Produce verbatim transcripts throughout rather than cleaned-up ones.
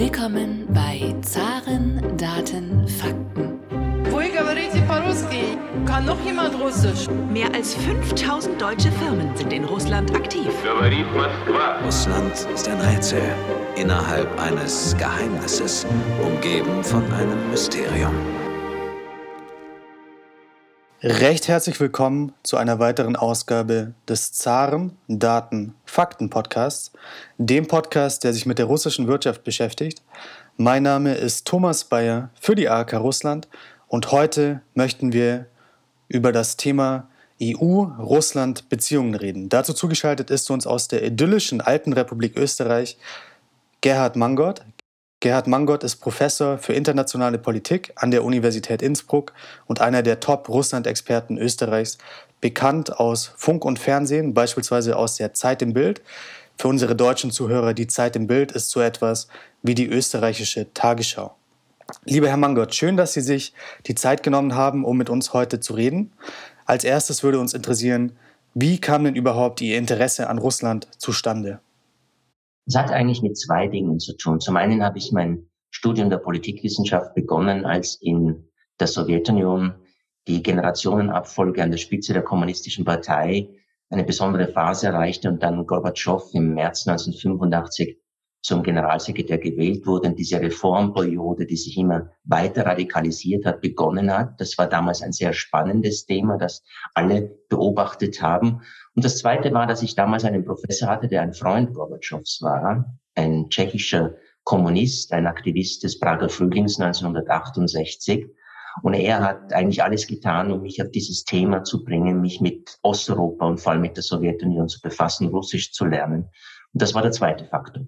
Willkommen bei Zaren, Daten, Fakten. Вы говорите по-русски? Kann noch jemand Russisch? Mehr als fünftausend deutsche Firmen sind in Russland aktiv. Говорит Москва. Russland ist ein Rätsel innerhalb eines Geheimnisses, umgeben von einem Mysterium. Recht herzlich willkommen zu einer weiteren Ausgabe des Zaren, Daten, Fakten Podcasts, dem Podcast, der sich mit der russischen Wirtschaft beschäftigt. Mein Name ist Thomas Bayer für die A H K Russland und heute möchten wir über das Thema E U-Russland-Beziehungen reden. Dazu zugeschaltet ist uns aus der idyllischen Alten Republik Österreich Gerhard Mangold. Gerhard Mangold ist Professor für internationale Politik an der Universität Innsbruck und einer der Top-Russland-Experten Österreichs, bekannt aus Funk und Fernsehen, beispielsweise aus der Zeit im Bild. Für unsere deutschen Zuhörer, die Zeit im Bild ist so etwas wie die österreichische Tagesschau. Lieber Herr Mangold, schön, dass Sie sich die Zeit genommen haben, um mit uns heute zu reden. Als erstes würde uns interessieren, wie kam denn überhaupt Ihr Interesse an Russland zustande? Es hat eigentlich mit zwei Dingen zu tun. Zum einen habe ich mein Studium der Politikwissenschaft begonnen, als in der Sowjetunion die Generationenabfolge an der Spitze der kommunistischen Partei eine besondere Phase erreichte und dann Gorbatschow im März neunzehnhundertfünfundachtzig zum Generalsekretär gewählt wurde und diese Reformperiode, die sich immer weiter radikalisiert hat, begonnen hat. Das war damals ein sehr spannendes Thema, das alle beobachtet haben. Und das Zweite war, dass ich damals einen Professor hatte, der ein Freund Gorbatschows war, ein tschechischer Kommunist, ein Aktivist des Prager Frühlings neunzehnhundertachtundsechzig. Und er hat eigentlich alles getan, um mich auf dieses Thema zu bringen, mich mit Osteuropa und vor allem mit der Sowjetunion zu befassen, Russisch zu lernen. Und das war der zweite Faktor.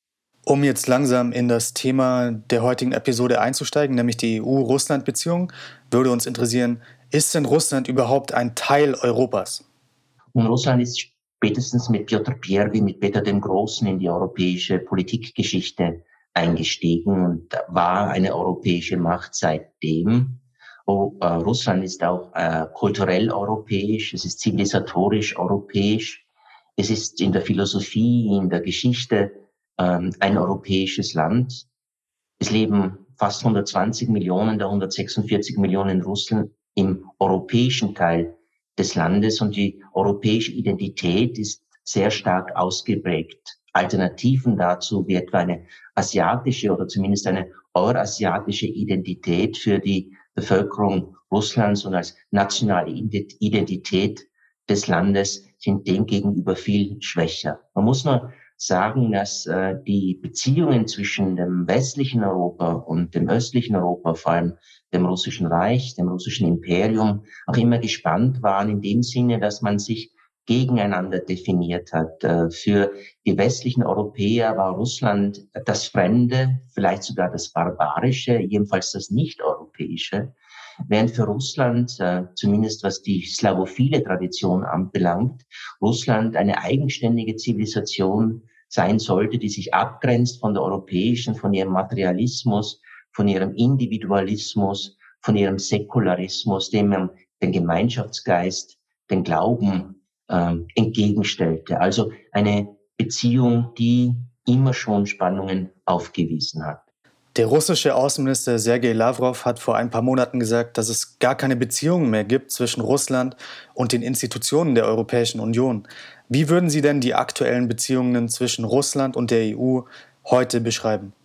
Um jetzt langsam in das Thema der heutigen Episode einzusteigen, nämlich die E U-Russland-Beziehung, würde uns interessieren, ist denn Russland überhaupt ein Teil Europas? Und Russland ist spätestens mit Piotr Pierwy, mit Peter dem Großen in die europäische Politikgeschichte eingestiegen und war eine europäische Macht seitdem. Oh, äh, Russland ist auch äh, kulturell europäisch, es ist zivilisatorisch europäisch, es ist in der Philosophie, in der Geschichte ähm, ein europäisches Land. Es leben fast hundertzwanzig Millionen der hundertsechsundvierzig Millionen Russen im europäischen Teil des Landes und die europäische Identität ist sehr stark ausgeprägt. Alternativen dazu wie etwa eine asiatische oder zumindest eine eurasiatische Identität für die Bevölkerung Russlands und als nationale Identität des Landes sind demgegenüber viel schwächer. Man muss nur sagen, dass äh, die Beziehungen zwischen dem westlichen Europa und dem östlichen Europa, vor allem dem Russischen Reich, dem russischen Imperium, auch immer gespannt waren in dem Sinne, dass man sich gegeneinander definiert hat. Äh, für die westlichen Europäer war Russland das Fremde, vielleicht sogar das Barbarische, jedenfalls das Nicht-Europäische, während für Russland, äh, zumindest was die slavophile Tradition anbelangt, Russland eine eigenständige Zivilisation sein sollte, die sich abgrenzt von der europäischen, von ihrem Materialismus, von ihrem Individualismus, von ihrem Säkularismus, dem man den Gemeinschaftsgeist, den Glauben äh, entgegenstellte. Also eine Beziehung, die immer schon Spannungen aufgewiesen hat. Der russische Außenminister Sergei Lavrov hat vor ein paar Monaten gesagt, dass es gar keine Beziehungen mehr gibt zwischen Russland und den Institutionen der Europäischen Union. Wie würden Sie denn die aktuellen Beziehungen zwischen Russland und der E U heute beschreiben?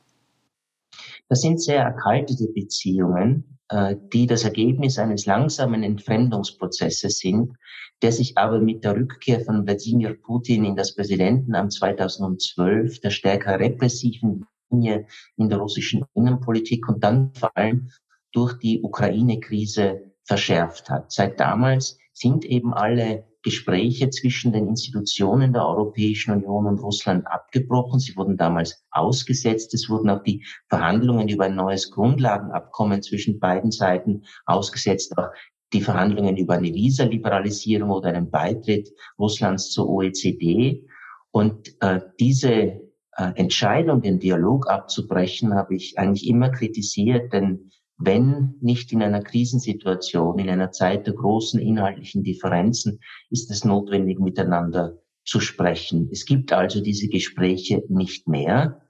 Das sind sehr erkaltete Beziehungen, die das Ergebnis eines langsamen Entfremdungsprozesses sind, der sich aber mit der Rückkehr von Wladimir Putin in das Präsidentenamt zweitausendzwölf, der stärker repressiven Linie in der russischen Innenpolitik und dann vor allem durch die Ukraine-Krise verschärft hat. Seit damals sind eben alle Gespräche zwischen den Institutionen der Europäischen Union und Russland abgebrochen. Sie wurden damals ausgesetzt. Es wurden auch die Verhandlungen über ein neues Grundlagenabkommen zwischen beiden Seiten ausgesetzt. Auch die Verhandlungen über eine Visaliberalisierung oder einen Beitritt Russlands zur O E C D. Und äh, diese äh, Entscheidung, den Dialog abzubrechen, habe ich eigentlich immer kritisiert, denn wenn nicht in einer Krisensituation, in einer Zeit der großen inhaltlichen Differenzen, ist es notwendig, miteinander zu sprechen. Es gibt also diese Gespräche nicht mehr.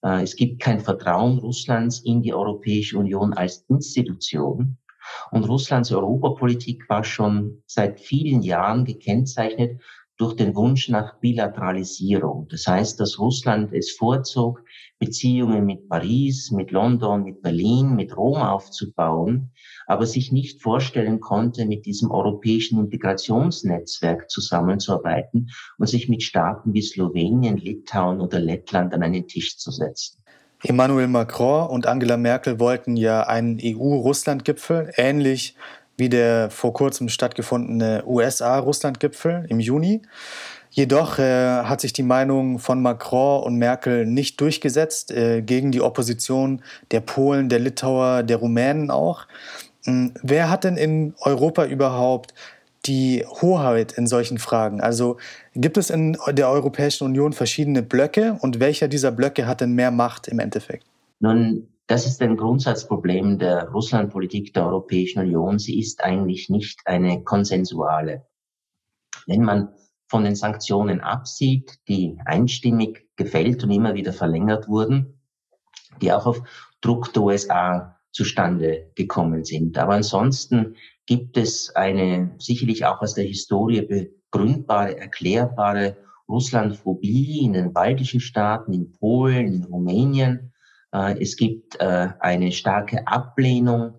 Äh, es gibt kein Vertrauen Russlands in die Europäische Union als Institution. Und Russlands Europapolitik war schon seit vielen Jahren gekennzeichnet durch den Wunsch nach Bilateralisierung. Das heißt, dass Russland es vorzog, Beziehungen mit Paris, mit London, mit Berlin, mit Rom aufzubauen, aber sich nicht vorstellen konnte, mit diesem europäischen Integrationsnetzwerk zusammenzuarbeiten und sich mit Staaten wie Slowenien, Litauen oder Lettland an einen Tisch zu setzen. Emmanuel Macron und Angela Merkel wollten ja einen E U-Russland-Gipfel, ähnlich wie der vor kurzem stattgefundene U S A-Russland-Gipfel im Juni. Jedoch äh, hat sich die Meinung von Macron und Merkel nicht durchgesetzt, äh, gegen die Opposition der Polen, der Litauer, der Rumänen auch. Ähm, wer hat denn in Europa überhaupt die Hoheit in solchen Fragen? Also gibt es in der Europäischen Union verschiedene Blöcke und welcher dieser Blöcke hat denn mehr Macht im Endeffekt? Nun, das ist ein Grundsatzproblem der Russlandpolitik der Europäischen Union. Sie ist eigentlich nicht eine konsensuale. Wenn man von den Sanktionen absieht, die einstimmig gefällt und immer wieder verlängert wurden, die auch auf Druck der U S A zustande gekommen sind. Aber ansonsten gibt es eine sicherlich auch aus der Historie begründbare, erklärbare Russlandphobie in den baltischen Staaten, in Polen, in Rumänien. Es gibt eine starke Ablehnung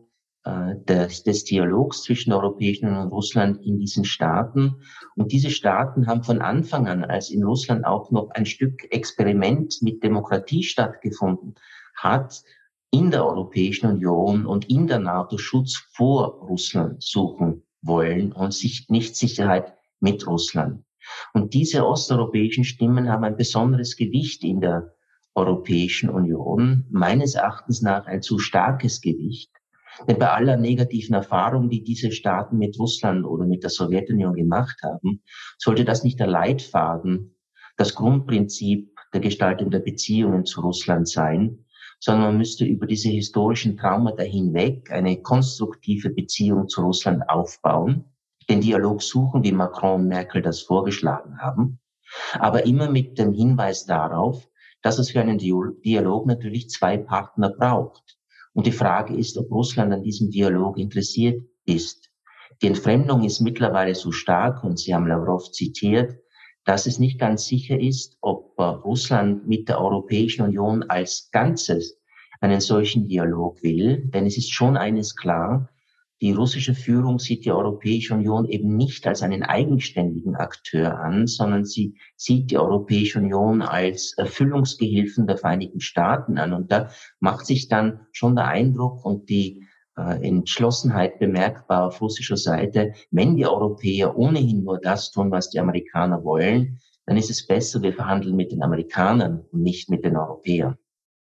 des, des Dialogs zwischen der Europäischen Union und Russland in diesen Staaten. Und diese Staaten haben von Anfang an, als in Russland auch noch ein Stück Experiment mit Demokratie stattgefunden hat, in der Europäischen Union und in der NATO Schutz vor Russland suchen wollen und sich nicht Sicherheit mit Russland. Und diese osteuropäischen Stimmen haben ein besonderes Gewicht in der Europäischen Union, meines Erachtens nach ein zu starkes Gewicht. Denn bei aller negativen Erfahrung, die diese Staaten mit Russland oder mit der Sowjetunion gemacht haben, sollte das nicht der Leitfaden, das Grundprinzip der Gestaltung der Beziehungen zu Russland sein, sondern man müsste über diese historischen Traumata hinweg eine konstruktive Beziehung zu Russland aufbauen, den Dialog suchen, wie Macron und Merkel das vorgeschlagen haben, aber immer mit dem Hinweis darauf, dass es für einen Dialog natürlich zwei Partner braucht. Und die Frage ist, ob Russland an diesem Dialog interessiert ist. Die Entfremdung ist mittlerweile so stark, und Sie haben Lavrov zitiert, dass es nicht ganz sicher ist, ob Russland mit der Europäischen Union als Ganzes einen solchen Dialog will. Denn es ist schon eines klar, die russische Führung sieht die Europäische Union eben nicht als einen eigenständigen Akteur an, sondern sie sieht die Europäische Union als Erfüllungsgehilfen der Vereinigten Staaten an. Und da macht sich dann schon der Eindruck und die äh, Entschlossenheit bemerkbar auf russischer Seite, wenn die Europäer ohnehin nur das tun, was die Amerikaner wollen, dann ist es besser, wir verhandeln mit den Amerikanern und nicht mit den Europäern.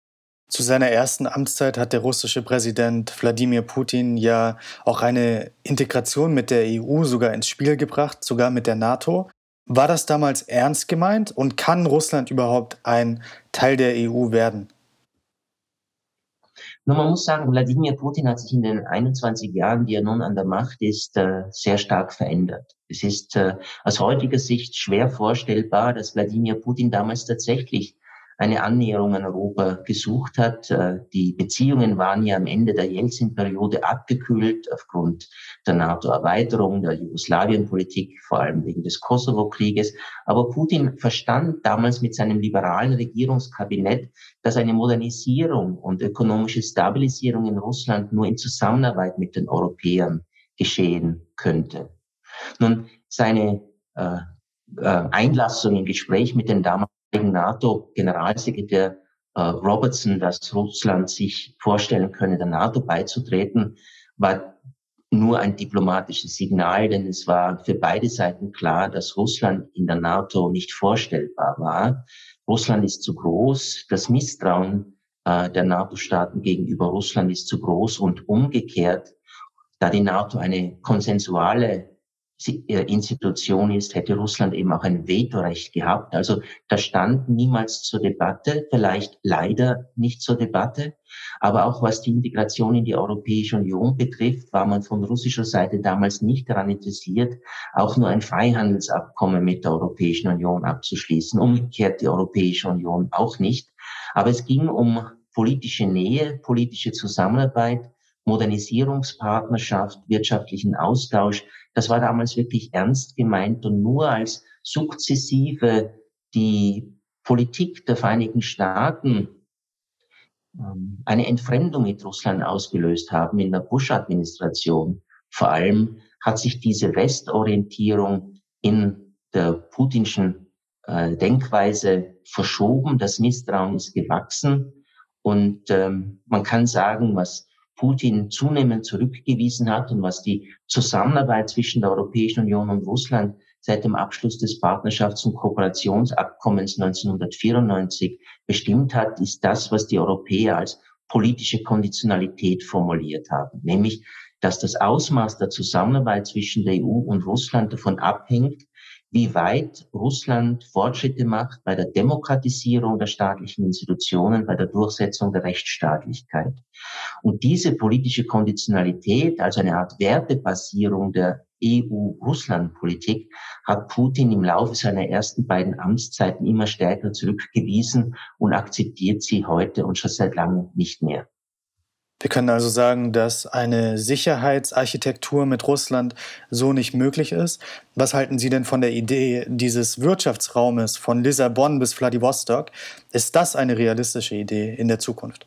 Zu seiner ersten Amtszeit hat der russische Präsident Wladimir Putin ja auch eine Integration mit der E U sogar ins Spiel gebracht, sogar mit der NATO. War das damals ernst gemeint und kann Russland überhaupt ein Teil der E U werden? Nun, man muss sagen, Wladimir Putin hat sich in den einundzwanzig Jahren, die er nun an der Macht ist, sehr stark verändert. Es ist aus heutiger Sicht schwer vorstellbar, dass Wladimir Putin damals tatsächlich eine Annäherung an Europa gesucht hat. Die Beziehungen waren ja am Ende der Jelzin-Periode abgekühlt aufgrund der NATO-Erweiterung, der Jugoslawien-Politik, vor allem wegen des Kosovo-Krieges. Aber Putin verstand damals mit seinem liberalen Regierungskabinett, dass eine Modernisierung und ökonomische Stabilisierung in Russland nur in Zusammenarbeit mit den Europäern geschehen könnte. Nun, seine äh, äh, Einlassung im Gespräch mit den damaligen NATO-Generalsekretär äh, Robertson, dass Russland sich vorstellen könne, der NATO beizutreten, war nur ein diplomatisches Signal, denn es war für beide Seiten klar, dass Russland in der NATO nicht vorstellbar war. Russland ist zu groß, das Misstrauen äh, der NATO-Staaten gegenüber Russland ist zu groß und umgekehrt, da die NATO eine konsensuale Institution ist, hätte Russland eben auch ein Vetorecht gehabt. Also das stand niemals zur Debatte, vielleicht leider nicht zur Debatte. Aber auch was die Integration in die Europäische Union betrifft, war man von russischer Seite damals nicht daran interessiert, auch nur ein Freihandelsabkommen mit der Europäischen Union abzuschließen. Umgekehrt die Europäische Union auch nicht. Aber es ging um politische Nähe, politische Zusammenarbeit, Modernisierungspartnerschaft, wirtschaftlichen Austausch. Das war damals wirklich ernst gemeint, und nur als sukzessive die Politik der Vereinigten Staaten ähm, eine Entfremdung mit Russland ausgelöst haben in der Bush-Administration, vor allem hat sich diese Westorientierung in der putinschen äh, Denkweise verschoben. Das Misstrauen ist gewachsen, und ähm, man kann sagen, was Putin zunehmend zurückgewiesen hat und was die Zusammenarbeit zwischen der Europäischen Union und Russland seit dem Abschluss des Partnerschafts- und Kooperationsabkommens neunzehnhundertvierundneunzig bestimmt hat, ist das, was die Europäer als politische Konditionalität formuliert haben, nämlich, dass das Ausmaß der Zusammenarbeit zwischen der E U und Russland davon abhängt, wie weit Russland Fortschritte macht bei der Demokratisierung der staatlichen Institutionen, bei der Durchsetzung der Rechtsstaatlichkeit. Und diese politische Konditionalität, also eine Art Wertebasierung der E U-Russland-Politik, hat Putin im Laufe seiner ersten beiden Amtszeiten immer stärker zurückgewiesen und akzeptiert sie heute und schon seit langem nicht mehr. Wir können also sagen, dass eine Sicherheitsarchitektur mit Russland so nicht möglich ist. Was halten Sie denn von der Idee dieses Wirtschaftsraumes von Lissabon bis Wladiwostok? Ist das eine realistische Idee in der Zukunft?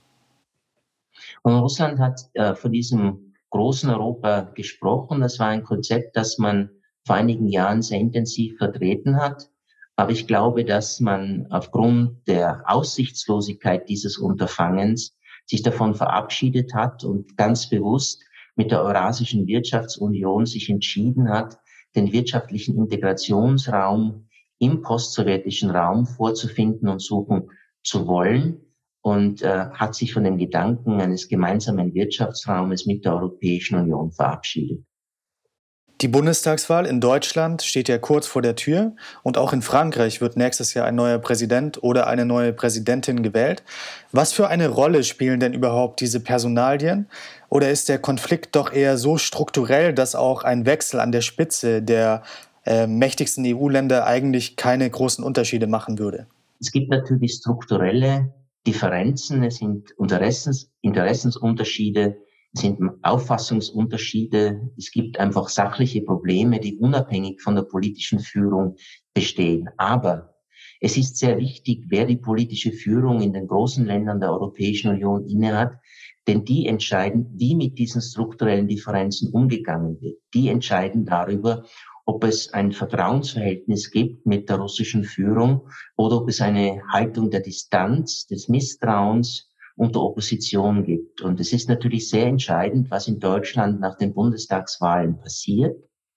Und Russland hat äh, von diesem großen Europa gesprochen. Das war ein Konzept, das man vor einigen Jahren sehr intensiv vertreten hat. Aber ich glaube, dass man aufgrund der Aussichtslosigkeit dieses Unterfangens sich davon verabschiedet hat und ganz bewusst mit der Eurasischen Wirtschaftsunion sich entschieden hat, den wirtschaftlichen Integrationsraum im postsowjetischen Raum vorzufinden und suchen zu wollen, und äh, hat sich von dem Gedanken eines gemeinsamen Wirtschaftsraumes mit der Europäischen Union verabschiedet. Die Bundestagswahl in Deutschland steht ja kurz vor der Tür, und auch in Frankreich wird nächstes Jahr ein neuer Präsident oder eine neue Präsidentin gewählt. Was für eine Rolle spielen denn überhaupt diese Personalien? Oder ist der Konflikt doch eher so strukturell, dass auch ein Wechsel an der Spitze der äh, mächtigsten E U-Länder eigentlich keine großen Unterschiede machen würde? Es gibt natürlich strukturelle Differenzen, es sind Interessens, Interessensunterschiede, es sind Auffassungsunterschiede, es gibt einfach sachliche Probleme, die unabhängig von der politischen Führung bestehen. Aber es ist sehr wichtig, wer die politische Führung in den großen Ländern der Europäischen Union innehat, denn die entscheiden, wie mit diesen strukturellen Differenzen umgegangen wird. Die entscheiden darüber, ob es ein Vertrauensverhältnis gibt mit der russischen Führung oder ob es eine Haltung der Distanz, des Misstrauens und der Opposition gibt. Und es ist natürlich sehr entscheidend, was in Deutschland nach den Bundestagswahlen passiert.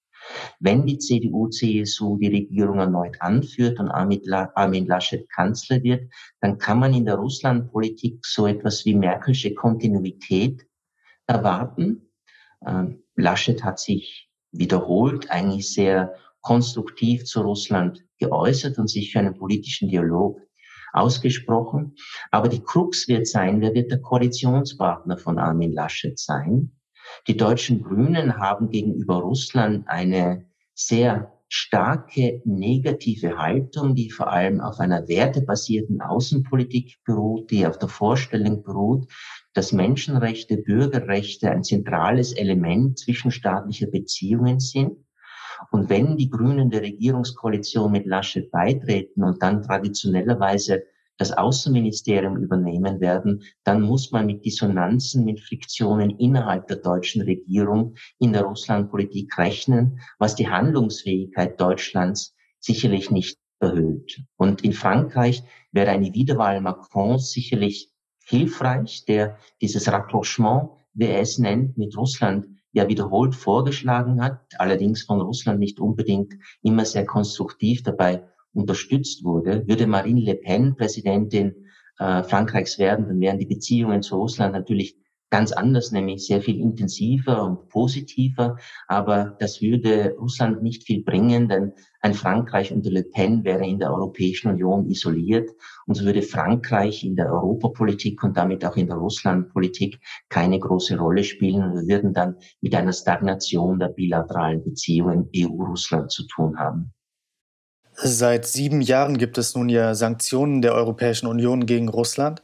Wenn die C D U C S U die Regierung erneut anführt und Armin Laschet Kanzler wird, dann kann man in der Russlandpolitik so etwas wie Merkelsche Kontinuität erwarten. Ähm, Laschet hat sich wiederholt eigentlich sehr konstruktiv zu Russland geäußert und sich für einen politischen Dialog ausgesprochen. Aber die Krux wird sein, wer wird der Koalitionspartner von Armin Laschet sein? Die deutschen Grünen haben gegenüber Russland eine sehr starke negative Haltung, die vor allem auf einer wertebasierten Außenpolitik beruht, die auf der Vorstellung beruht, dass Menschenrechte, Bürgerrechte ein zentrales Element zwischenstaatlicher Beziehungen sind. Und wenn die Grünen der Regierungskoalition mit Laschet beitreten und dann traditionellerweise das Außenministerium übernehmen werden, dann muss man mit Dissonanzen, mit Friktionen innerhalb der deutschen Regierung in der Russlandpolitik rechnen, was die Handlungsfähigkeit Deutschlands sicherlich nicht erhöht. Und in Frankreich wäre eine Wiederwahl Macrons sicherlich hilfreich, der dieses Rapprochement, wie er es nennt, mit Russland ja wiederholt vorgeschlagen hat, allerdings von Russland nicht unbedingt immer sehr konstruktiv dabei unterstützt wurde. Würde Marine Le Pen Präsidentin äh, Frankreichs werden, dann wären die Beziehungen zu Russland natürlich ganz anders, nämlich sehr viel intensiver und positiver. Aber das würde Russland nicht viel bringen, denn ein Frankreich unter Le Pen wäre in der Europäischen Union isoliert, und so würde Frankreich in der Europapolitik und damit auch in der Russlandpolitik keine große Rolle spielen, und wir würden dann mit einer Stagnation der bilateralen Beziehungen E U-Russland zu tun haben. Seit sieben Jahren gibt es nun ja Sanktionen der Europäischen Union gegen Russland.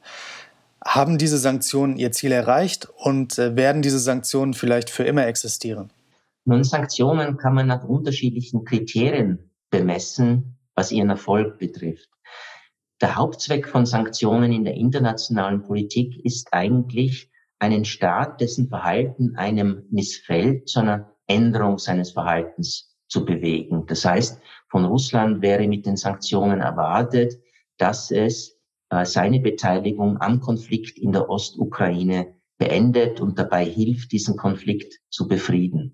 Haben diese Sanktionen ihr Ziel erreicht und äh, werden diese Sanktionen vielleicht für immer existieren? Nun, Sanktionen kann man nach unterschiedlichen Kriterien bemessen, was ihren Erfolg betrifft. Der Hauptzweck von Sanktionen in der internationalen Politik ist eigentlich, einen Staat, dessen Verhalten einem missfällt, zu einer Änderung seines Verhaltens zu bewegen. Das heißt, von Russland wäre mit den Sanktionen erwartet, dass es äh, seine Beteiligung am Konflikt in der Ostukraine beendet und dabei hilft, diesen Konflikt zu befrieden.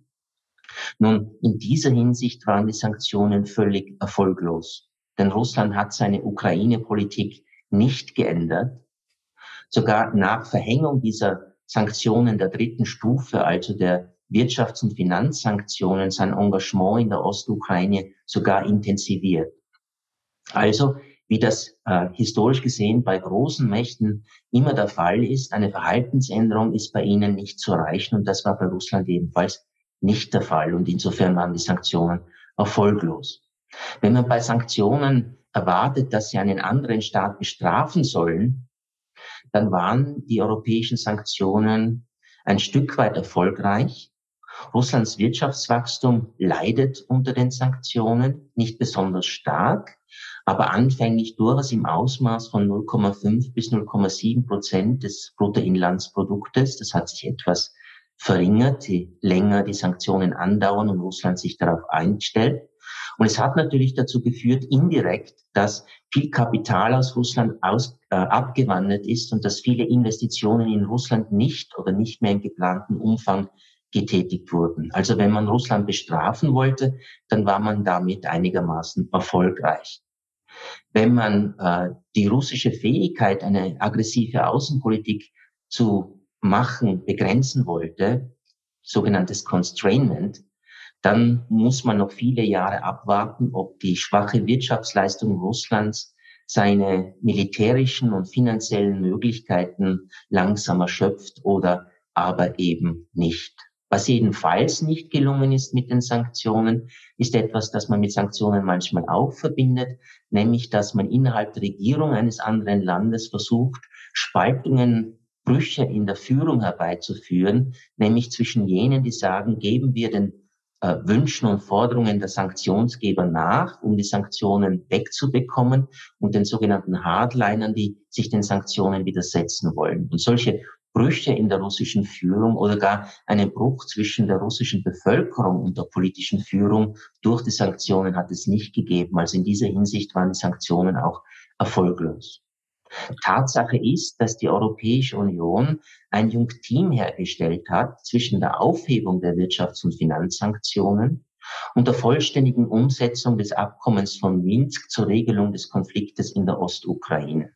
Nun, in dieser Hinsicht waren die Sanktionen völlig erfolglos. Denn Russland hat seine Ukraine-Politik nicht geändert. Sogar nach Verhängung dieser Sanktionen der dritten Stufe, also der Wirtschafts- und Finanzsanktionen, sein Engagement in der Ostukraine sogar intensiviert. Also, wie das äh, historisch gesehen bei großen Mächten immer der Fall ist, eine Verhaltensänderung ist bei ihnen nicht zu erreichen, und das war bei Russland ebenfalls nicht der Fall, und insofern waren die Sanktionen erfolglos. Wenn man bei Sanktionen erwartet, dass sie einen anderen Staat bestrafen sollen, dann waren die europäischen Sanktionen ein Stück weit erfolgreich. Russlands Wirtschaftswachstum leidet unter den Sanktionen, nicht besonders stark, aber anfänglich durchaus im Ausmaß von null Komma fünf bis null Komma sieben Prozent des Bruttoinlandsproduktes. Das hat sich etwas verringert, je länger die Sanktionen andauern und Russland sich darauf einstellt. Und es hat natürlich dazu geführt, indirekt, dass viel Kapital aus Russland aus, äh, abgewandert ist und dass viele Investitionen in Russland nicht oder nicht mehr im geplanten Umfang getätigt wurden. Also wenn man Russland bestrafen wollte, dann war man damit einigermaßen erfolgreich. Wenn man äh, die russische Fähigkeit, eine aggressive Außenpolitik zu machen, begrenzen wollte, sogenanntes Constrainment, dann muss man noch viele Jahre abwarten, ob die schwache Wirtschaftsleistung Russlands seine militärischen und finanziellen Möglichkeiten langsam erschöpft oder aber eben nicht. Was jedenfalls nicht gelungen ist mit den Sanktionen, ist etwas, das man mit Sanktionen manchmal auch verbindet, nämlich dass man innerhalb der Regierung eines anderen Landes versucht, Spaltungen, Brüche in der Führung herbeizuführen, nämlich zwischen jenen, die sagen, geben wir den äh, Wünschen und Forderungen der Sanktionsgeber nach, um die Sanktionen wegzubekommen, und den sogenannten Hardlinern, die sich den Sanktionen widersetzen wollen. Und solche Brüche in der russischen Führung oder gar einen Bruch zwischen der russischen Bevölkerung und der politischen Führung durch die Sanktionen hat es nicht gegeben. Also in dieser Hinsicht waren die Sanktionen auch erfolglos. Tatsache ist, dass die Europäische Union ein Junktim hergestellt hat zwischen der Aufhebung der Wirtschafts- und Finanzsanktionen und der vollständigen Umsetzung des Abkommens von Minsk zur Regelung des Konfliktes in der Ostukraine.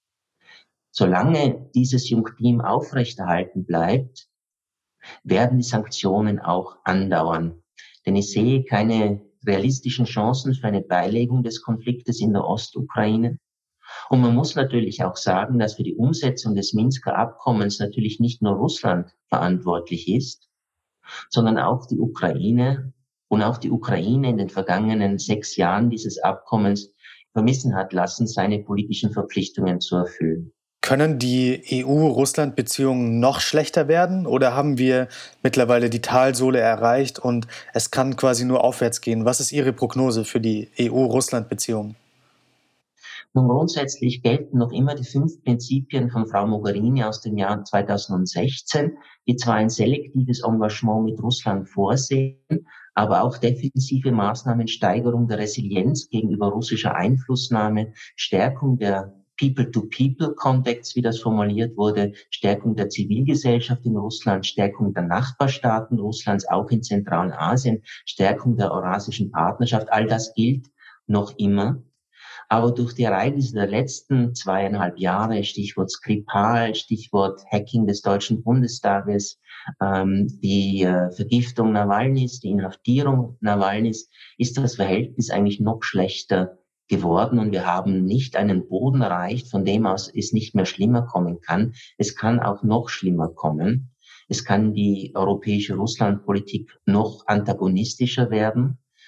Solange dieses Junktim aufrechterhalten bleibt, werden die Sanktionen auch andauern. Denn ich sehe keine realistischen Chancen für eine Beilegung des Konfliktes in der Ostukraine. Und man muss natürlich auch sagen, dass für die Umsetzung des Minsker Abkommens natürlich nicht nur Russland verantwortlich ist, sondern auch die Ukraine, und auch die Ukraine in den vergangenen sechs Jahren dieses Abkommens vermissen hat lassen, seine politischen Verpflichtungen zu erfüllen. Können die E U-Russland-Beziehungen noch schlechter werden oder haben wir mittlerweile die Talsohle erreicht und es kann quasi nur aufwärts gehen? Was ist Ihre Prognose für die E U-Russland-Beziehungen? Nun, grundsätzlich gelten noch immer die fünf Prinzipien von Frau Mogherini aus dem Jahr zweitausendsechzehn, die zwar ein selektives Engagement mit Russland vorsehen, aber auch defensive Maßnahmen, Steigerung der Resilienz gegenüber russischer Einflussnahme, Stärkung der People-to-People-Contacts, wie das formuliert wurde, Stärkung der Zivilgesellschaft in Russland, Stärkung der Nachbarstaaten Russlands, auch in Zentralasien, Stärkung der Eurasischen Partnerschaft, all das gilt noch immer. Aber durch die Ereignisse der letzten zweieinhalb Jahre, Stichwort Skripal, Stichwort Hacking des Deutschen Bundestages, ähm, die äh, Vergiftung Nawalnys, die Inhaftierung Nawalnys, ist das Verhältnis eigentlich noch schlechter geworden, und wir haben nicht einen Boden erreicht, von dem aus es nicht mehr schlimmer kommen kann. Es kann auch noch schlimmer kommen. Es kann die europäische Russlandpolitik noch antagonistischer werden.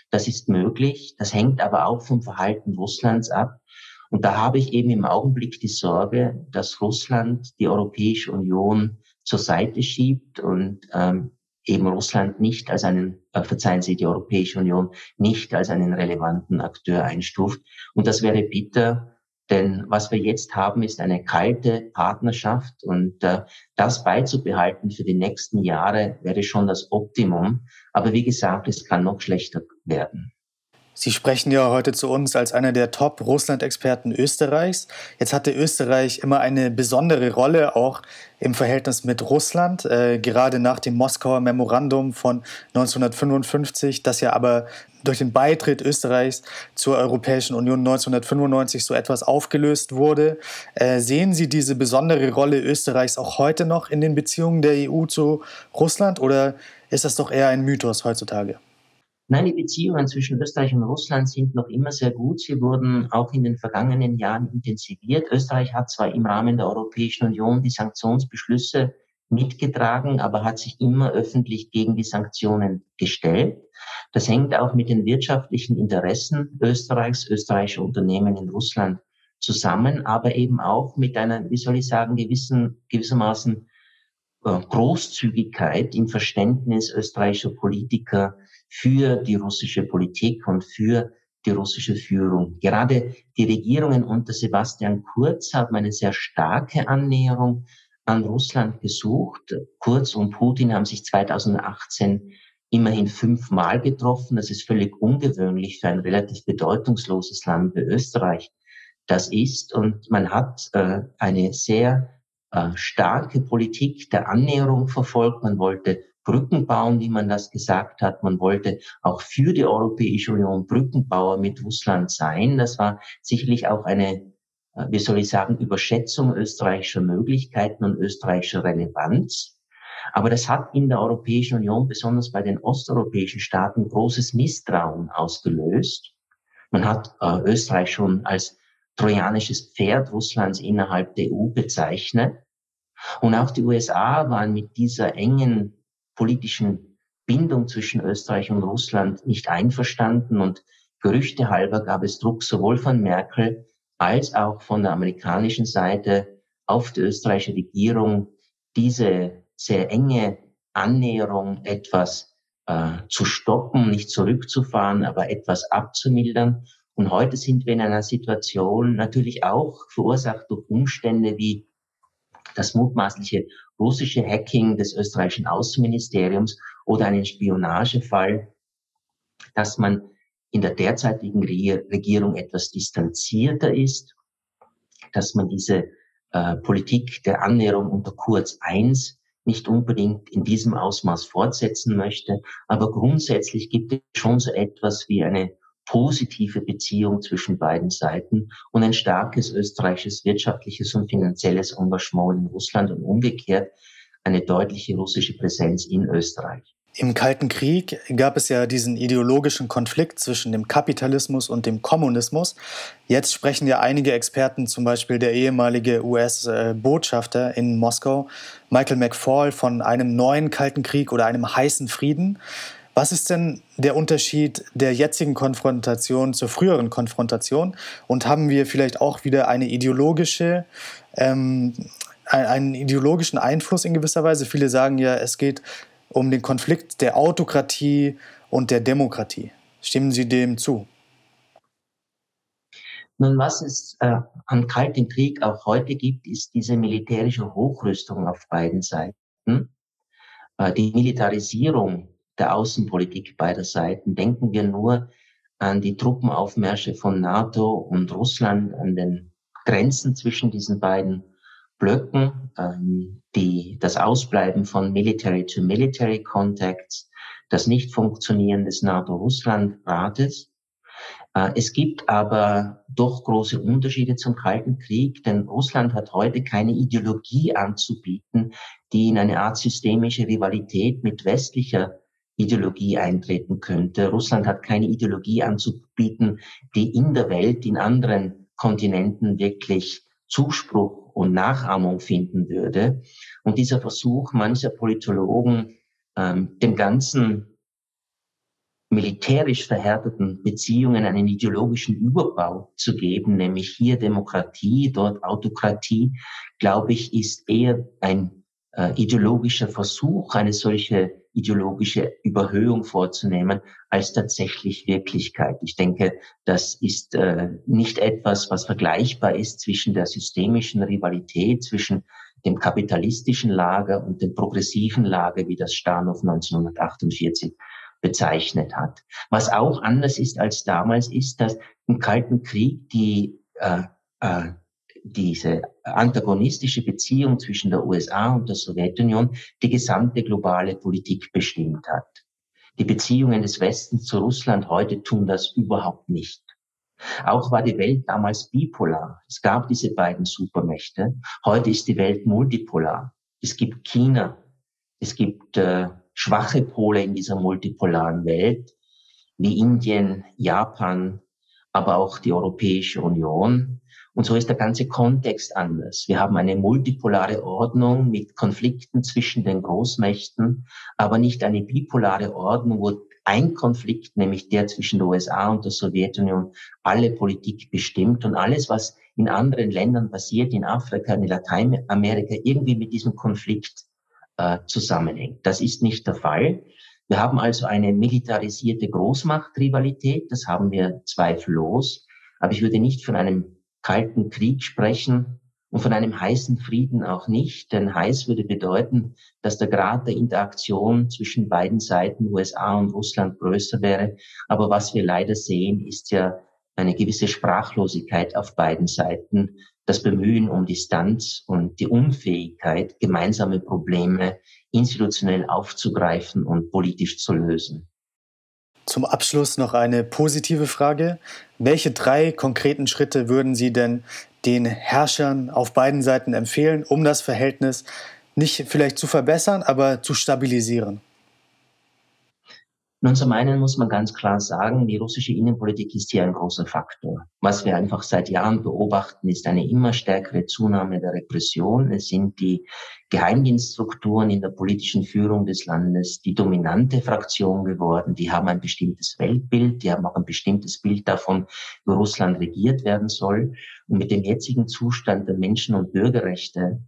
Das ist möglich. Das hängt aber auch vom Verhalten Russlands ab. Und da habe ich eben im Augenblick die Sorge, dass Russland die Europäische Union zur Seite schiebt und ähm, eben Russland nicht als einen, äh, verzeihen Sie, die Europäische Union nicht als einen relevanten Akteur einstuft. Und das wäre bitter, denn was wir jetzt haben, ist eine kalte Partnerschaft und äh, das beizubehalten für die nächsten Jahre wäre schon das Optimum. Aber wie gesagt, es kann noch schlechter werden. Sie sprechen ja heute zu uns als einer der Top-Russland-Experten Österreichs. Jetzt hatte Österreich immer eine besondere Rolle auch im Verhältnis mit Russland, äh, gerade nach dem Moskauer Memorandum von neunzehnhundertfünfundfünfzig, das ja aber durch den Beitritt Österreichs zur Europäischen Union neunzehnhundertfünfundneunzig so etwas aufgelöst wurde. Äh, sehen Sie diese besondere Rolle Österreichs auch heute noch in den Beziehungen der E U zu Russland oder ist das doch eher ein Mythos heutzutage? Nein, die Beziehungen zwischen Österreich und Russland sind noch immer sehr gut. Sie wurden auch in den vergangenen Jahren intensiviert. Österreich hat zwar im Rahmen der Europäischen Union die Sanktionsbeschlüsse mitgetragen, aber hat sich immer öffentlich gegen die Sanktionen gestellt. Das hängt auch mit den wirtschaftlichen Interessen Österreichs, österreichischer Unternehmen in Russland zusammen, aber eben auch mit einer, wie soll ich sagen, gewissen, gewissermaßen äh, Großzügigkeit im Verständnis österreichischer Politiker für die russische Politik und für die russische Führung. Gerade die Regierungen unter Sebastian Kurz haben eine sehr starke Annäherung an Russland gesucht. Kurz und Putin haben sich zweitausendachtzehn immerhin fünfmal getroffen. Das ist völlig ungewöhnlich für ein relativ bedeutungsloses Land wie Österreich. Das ist, und man hat äh, eine sehr äh, starke Politik der Annäherung verfolgt. Man wollte Brücken bauen, wie man das gesagt hat. Man wollte auch für die Europäische Union Brückenbauer mit Russland sein. Das war sicherlich auch eine, wie soll ich sagen, Überschätzung österreichischer Möglichkeiten und österreichischer Relevanz. Aber das hat in der Europäischen Union, besonders bei den osteuropäischen Staaten, großes Misstrauen ausgelöst. Man hat äh, Österreich schon als trojanisches Pferd Russlands innerhalb der E U bezeichnet. Und auch die U S A waren mit dieser engen politischen Bindung zwischen Österreich und Russland nicht einverstanden und Gerüchte halber gab es Druck sowohl von Merkel als auch von der amerikanischen Seite auf die österreichische Regierung, diese sehr enge Annäherung etwas äh, zu stoppen, nicht zurückzufahren, aber etwas abzumildern. Und heute sind wir in einer Situation, natürlich auch verursacht durch Umstände wie das mutmaßliche russische Hacking des österreichischen Außenministeriums oder einen Spionagefall, dass man in der derzeitigen Regierung etwas distanzierter ist, dass man diese äh, Politik der Annäherung unter Kurz eins nicht unbedingt in diesem Ausmaß fortsetzen möchte. Aber grundsätzlich gibt es schon so etwas wie eine positive Beziehung zwischen beiden Seiten und ein starkes österreichisches wirtschaftliches und finanzielles Engagement in Russland und umgekehrt eine deutliche russische Präsenz in Österreich. Im Kalten Krieg gab es ja diesen ideologischen Konflikt zwischen dem Kapitalismus und dem Kommunismus. Jetzt sprechen ja einige Experten, zum Beispiel der ehemalige U S-Botschafter in Moskau, Michael McFaul, von einem neuen Kalten Krieg oder einem heißen Frieden. Was ist denn der Unterschied der jetzigen Konfrontation zur früheren Konfrontation? Und haben wir vielleicht auch wieder eine ideologische, ähm, einen ideologischen Einfluss in gewisser Weise? Viele sagen ja, es geht um den Konflikt der Autokratie und der Demokratie. Stimmen Sie dem zu? Nun, was es äh, am Kalten Krieg auch heute gibt, ist diese militärische Hochrüstung auf beiden Seiten. Äh, die Militarisierung der Außenpolitik beider Seiten. Denken wir nur an die Truppenaufmärsche von NATO und Russland, an den Grenzen zwischen diesen beiden Blöcken, ähm, die, das Ausbleiben von Military-to-Military-Contacts, das Nicht-Funktionieren des NATO-Russland-Rates. Äh, es gibt aber doch große Unterschiede zum Kalten Krieg, denn Russland hat heute keine Ideologie anzubieten, die in eine Art systemische Rivalität mit westlicher Ideologie eintreten könnte. Russland hat keine Ideologie anzubieten, die in der Welt, in anderen Kontinenten wirklich Zuspruch und Nachahmung finden würde. Und dieser Versuch mancher Politologen, ähm, dem Ganzen militärisch verhärteten Beziehungen einen ideologischen Überbau zu geben, nämlich hier Demokratie, dort Autokratie, glaube ich, ist eher ein äh, ideologischer Versuch, eine solche ideologische Überhöhung vorzunehmen, als tatsächlich Wirklichkeit. Ich denke, das ist äh, nicht etwas, was vergleichbar ist zwischen der systemischen Rivalität, zwischen dem kapitalistischen Lager und dem progressiven Lager, wie das Schdanow neunzehnhundertachtundvierzig bezeichnet hat. Was auch anders ist als damals, ist, dass im Kalten Krieg die äh, äh, diese antagonistische Beziehung zwischen der U S A und der Sowjetunion die gesamte globale Politik bestimmt hat. Die Beziehungen des Westens zu Russland heute tun das überhaupt nicht. Auch war die Welt damals bipolar. Es gab diese beiden Supermächte. Heute ist die Welt multipolar. Es gibt China. Es gibt äh, schwache Pole in dieser multipolaren Welt, wie Indien, Japan, aber auch die Europäische Union. Und so ist der ganze Kontext anders. Wir haben eine multipolare Ordnung mit Konflikten zwischen den Großmächten, aber nicht eine bipolare Ordnung, wo ein Konflikt, nämlich der zwischen der U S A und der Sowjetunion, alle Politik bestimmt und alles, was in anderen Ländern passiert, in Afrika, in Lateinamerika, irgendwie mit diesem Konflikt äh, zusammenhängt. Das ist nicht der Fall. Wir haben also eine militarisierte Großmachtrivalität, das haben wir zweifellos, aber ich würde nicht von einem Kalten Krieg sprechen und von einem heißen Frieden auch nicht, denn heiß würde bedeuten, dass der Grad der Interaktion zwischen beiden Seiten, U S A und Russland, größer wäre. Aber was wir leider sehen, ist ja eine gewisse Sprachlosigkeit auf beiden Seiten, das Bemühen um Distanz und die Unfähigkeit, gemeinsame Probleme institutionell aufzugreifen und politisch zu lösen. Zum Abschluss noch eine positive Frage. Welche drei konkreten Schritte würden Sie denn den Herrschern auf beiden Seiten empfehlen, um das Verhältnis nicht vielleicht zu verbessern, aber zu stabilisieren? Nun, zum einen muss man ganz klar sagen, die russische Innenpolitik ist hier ein großer Faktor. Was wir einfach seit Jahren beobachten, ist eine immer stärkere Zunahme der Repression. Es sind die Geheimdienststrukturen in der politischen Führung des Landes die dominante Fraktion geworden. Die haben ein bestimmtes Weltbild, die haben auch ein bestimmtes Bild davon, wie Russland regiert werden soll. Und mit dem jetzigen Zustand der Menschen- und Bürgerrechte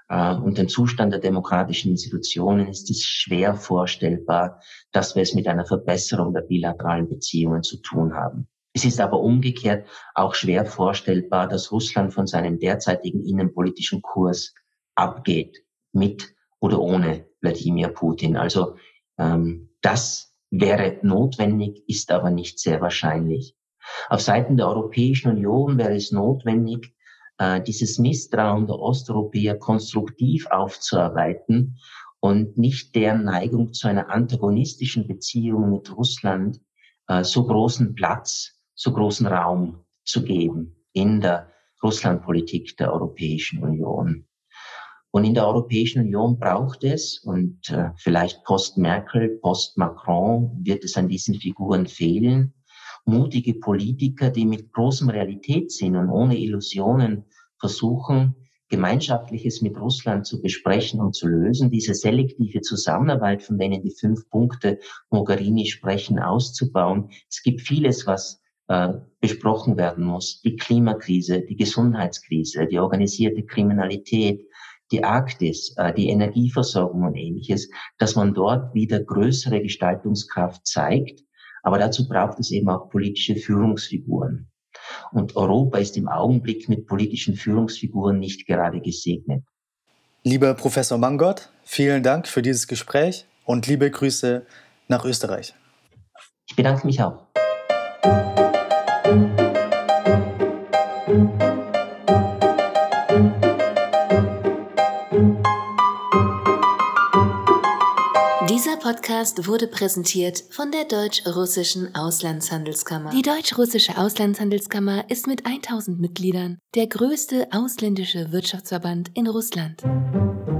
und den Zustand der demokratischen Institutionen ist es schwer vorstellbar, dass wir es mit einer Verbesserung der bilateralen Beziehungen zu tun haben. Es ist aber umgekehrt auch schwer vorstellbar, dass Russland von seinem derzeitigen innenpolitischen Kurs abgeht, mit oder ohne Wladimir Putin. Also ähm, das wäre notwendig, ist aber nicht sehr wahrscheinlich. Auf Seiten der Europäischen Union wäre es notwendig, dieses Misstrauen der Osteuropäer konstruktiv aufzuarbeiten und nicht deren Neigung zu einer antagonistischen Beziehung mit Russland äh, so großen Platz, so großen Raum zu geben in der Russlandpolitik der Europäischen Union. Und in der Europäischen Union braucht es, und äh, vielleicht post-Merkel, post-Macron wird es an diesen Figuren fehlen, mutige Politiker, die mit großem Realitätssinn und ohne Illusionen versuchen, Gemeinschaftliches mit Russland zu besprechen und zu lösen, diese selektive Zusammenarbeit, von denen die fünf Punkte Mogherini sprechen, auszubauen. Es gibt vieles, was äh, besprochen werden muss. Die Klimakrise, die Gesundheitskrise, die organisierte Kriminalität, die Arktis, äh, die Energieversorgung und Ähnliches, dass man dort wieder größere Gestaltungskraft zeigt. Aber dazu braucht es eben auch politische Führungsfiguren. Und Europa ist im Augenblick mit politischen Führungsfiguren nicht gerade gesegnet. Lieber Professor Mangold, vielen Dank für dieses Gespräch und liebe Grüße nach Österreich. Ich bedanke mich auch. Dieser Podcast wurde präsentiert von der Deutsch-Russischen Auslandshandelskammer. Die Deutsch-Russische Auslandshandelskammer ist mit tausend Mitgliedern der größte ausländische Wirtschaftsverband in Russland.